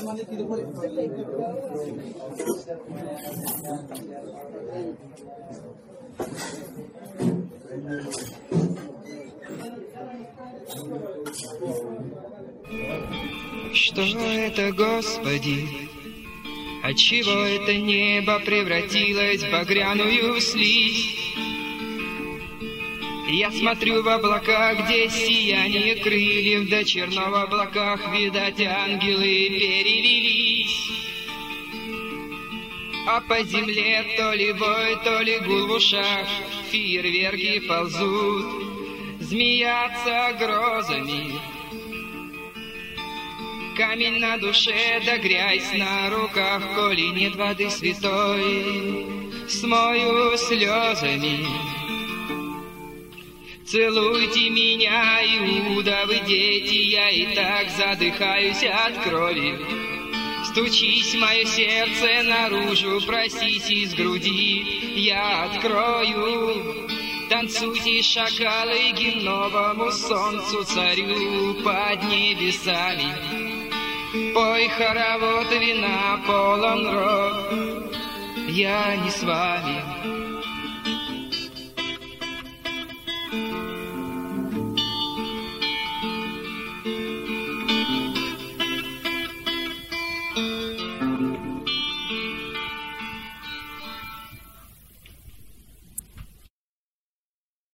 Что это, Господи? Отчего это небо превратилось в багряную слизь? Я смотрю в облака, где сияние крыльев, да черно в облаках, видать, ангелы перевелись. А по земле то ли вой, то ли гул в ушах, фейерверки ползут, змеятся грозами. Камень на душе, да грязь на руках, коли нет воды святой, смою слезами. Целуйте меня, Иуда, вы дети, я и так задыхаюсь от крови. Стучись, мое сердце, наружу, просись из груди, я открою. Танцуйте, шакалы, гимн новому солнцу, царю под небесами. Пой хоровод, вина полон рот, я не с вами.